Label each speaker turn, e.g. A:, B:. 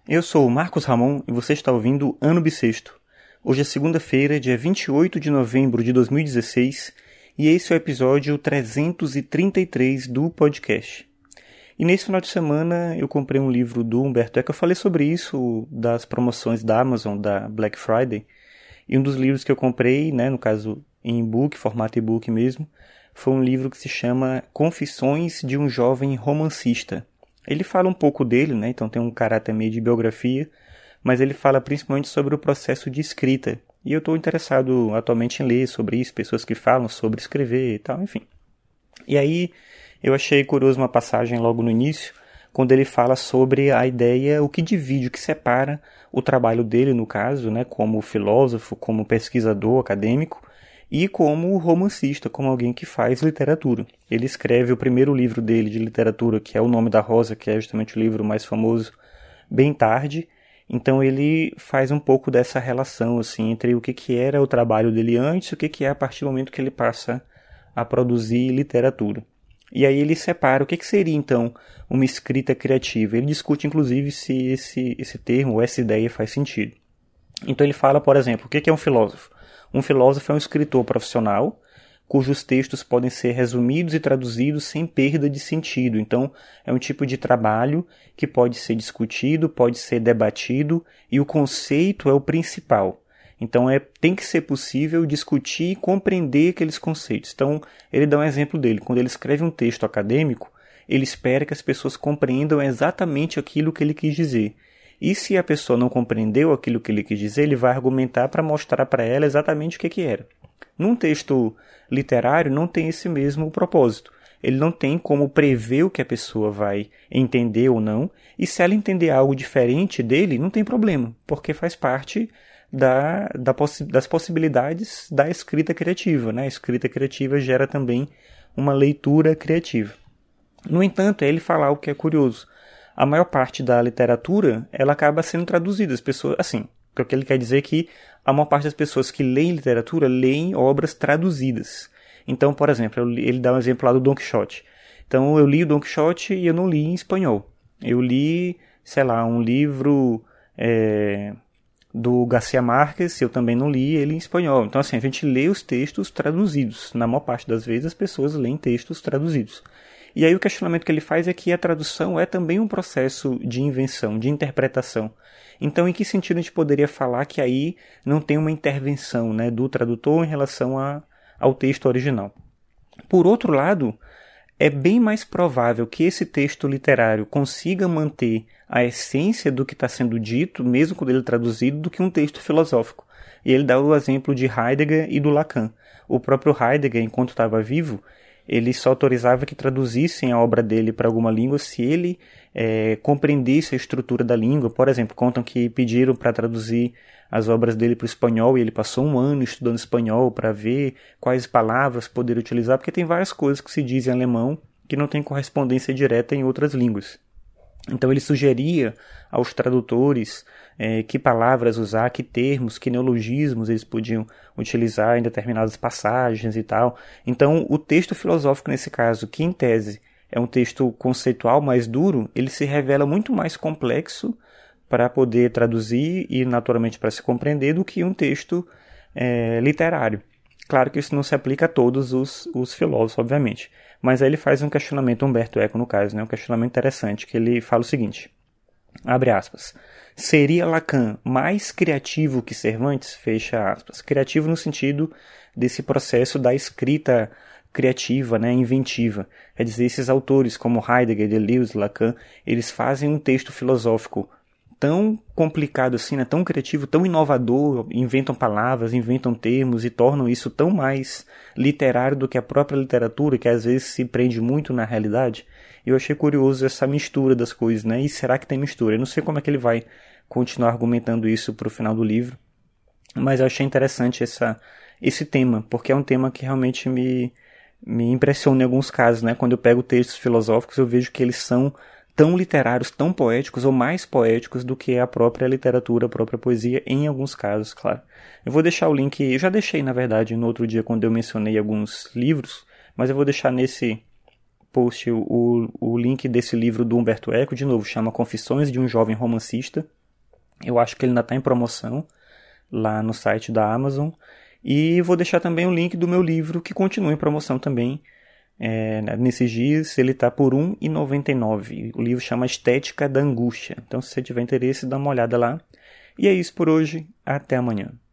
A: Eu sou o Marcos Ramon e você está ouvindo Ano Bissexto. Hoje é segunda-feira, dia 28 de novembro de 2016, e esse é o episódio 333 do podcast. E nesse final de semana eu comprei um livro do Humberto Eco. Eu falei sobre isso, das promoções da Amazon, da Black Friday, e um dos livros que eu comprei, no caso em e-book, formato e-book mesmo, foi um livro que se chama Confissões de um Jovem Romancista. Ele fala um pouco dele, então tem um caráter meio de biografia, mas ele fala principalmente sobre o processo de escrita. E eu estou interessado atualmente em ler sobre isso, pessoas que falam sobre escrever e tal, enfim. E aí eu achei curioso uma passagem logo no início, quando ele fala sobre a ideia, o que divide, o que separa o trabalho dele, no caso, como filósofo, como pesquisador acadêmico, e como romancista, como alguém que faz literatura. Ele escreve o primeiro livro dele de literatura, que é O Nome da Rosa, que é justamente o livro mais famoso, bem tarde. Então ele faz um pouco dessa relação entre o que era o trabalho dele antes e o que é a partir do momento que ele passa a produzir literatura. E aí ele separa o que seria então uma escrita criativa. Ele discute inclusive se esse termo ou essa ideia faz sentido. Então ele fala, por exemplo, o que é um filósofo? Um filósofo é um escritor profissional cujos textos podem ser resumidos e traduzidos sem perda de sentido. Então, é um tipo de trabalho que pode ser discutido, pode ser debatido, e o conceito é o principal. Então, tem que ser possível discutir e compreender aqueles conceitos. Então, ele dá um exemplo dele. Quando ele escreve um texto acadêmico, ele espera que as pessoas compreendam exatamente aquilo que ele quis dizer. E se a pessoa não compreendeu aquilo que ele quis dizer, ele vai argumentar para mostrar para ela exatamente o que era. Num texto literário não tem esse mesmo propósito. Ele não tem como prever o que a pessoa vai entender ou não, e se ela entender algo diferente dele, não tem problema, porque faz parte das possibilidades da escrita criativa. A escrita criativa gera também uma leitura criativa. No entanto, é ele falar o que é curioso. A maior parte da literatura, ela acaba sendo traduzida. As pessoas, o que ele quer dizer é que a maior parte das pessoas que leem literatura, leem obras traduzidas. Então, por exemplo, ele dá um exemplo lá do Don Quixote. Então, eu li o Don Quixote e eu não li em espanhol. Eu li, um livro do Garcia Marques, eu também não li ele em espanhol. Então, a gente lê os textos traduzidos. Na maior parte das vezes, as pessoas leem textos traduzidos. E aí o questionamento que ele faz é que a tradução é também um processo de invenção, de interpretação. Então, em que sentido a gente poderia falar que aí não tem uma intervenção do tradutor em relação ao texto original? Por outro lado, é bem mais provável que esse texto literário consiga manter a essência do que está sendo dito, mesmo quando ele é traduzido, do que um texto filosófico. E ele dá o exemplo de Heidegger e do Lacan. O próprio Heidegger, enquanto estava vivo, ele só autorizava que traduzissem a obra dele para alguma língua se ele compreendesse a estrutura da língua. Por exemplo, contam que pediram para traduzir as obras dele para o espanhol e ele passou um ano estudando espanhol para ver quais palavras poderia utilizar, porque tem várias coisas que se dizem em alemão que não tem correspondência direta em outras línguas. Então ele sugeria aos tradutores que palavras usar, que termos, que neologismos eles podiam utilizar em determinadas passagens e tal. Então o texto filosófico nesse caso, que em tese é um texto conceitual mais duro, ele se revela muito mais complexo para poder traduzir e naturalmente para se compreender do que um texto literário. Claro que isso não se aplica a todos os filósofos, obviamente. Mas aí ele faz um questionamento, Humberto Eco no caso, um questionamento interessante, que ele fala o seguinte, abre aspas, seria Lacan mais criativo que Cervantes? Fecha aspas. Criativo no sentido desse processo da escrita criativa, inventiva. Quer dizer, esses autores como Heidegger, Deleuze, Lacan, eles fazem um texto filosófico tão complicado assim, tão criativo, tão inovador, inventam palavras, inventam termos e tornam isso tão mais literário do que a própria literatura, que às vezes se prende muito na realidade. Eu achei curioso essa mistura das coisas, E será que tem mistura? Eu não sei como é que ele vai continuar argumentando isso para o final do livro, mas eu achei interessante esse tema, porque é um tema que realmente me impressiona em alguns casos, Quando eu pego textos filosóficos, eu vejo que eles são tão literários, tão poéticos ou mais poéticos do que a própria literatura, a própria poesia, em alguns casos, claro. Eu vou deixar o link, eu já deixei na verdade no outro dia quando eu mencionei alguns livros, mas eu vou deixar nesse post o link desse livro do Humberto Eco, de novo, chama Confissões de um Jovem Romancista. Eu acho que ele ainda está em promoção lá no site da Amazon. E vou deixar também o link do meu livro, que continua em promoção também. Nesses dias ele está por R$ 1,99. O livro chama Estética da Angústia. Então, se você tiver interesse, dá uma olhada lá. E é isso por hoje. Até amanhã.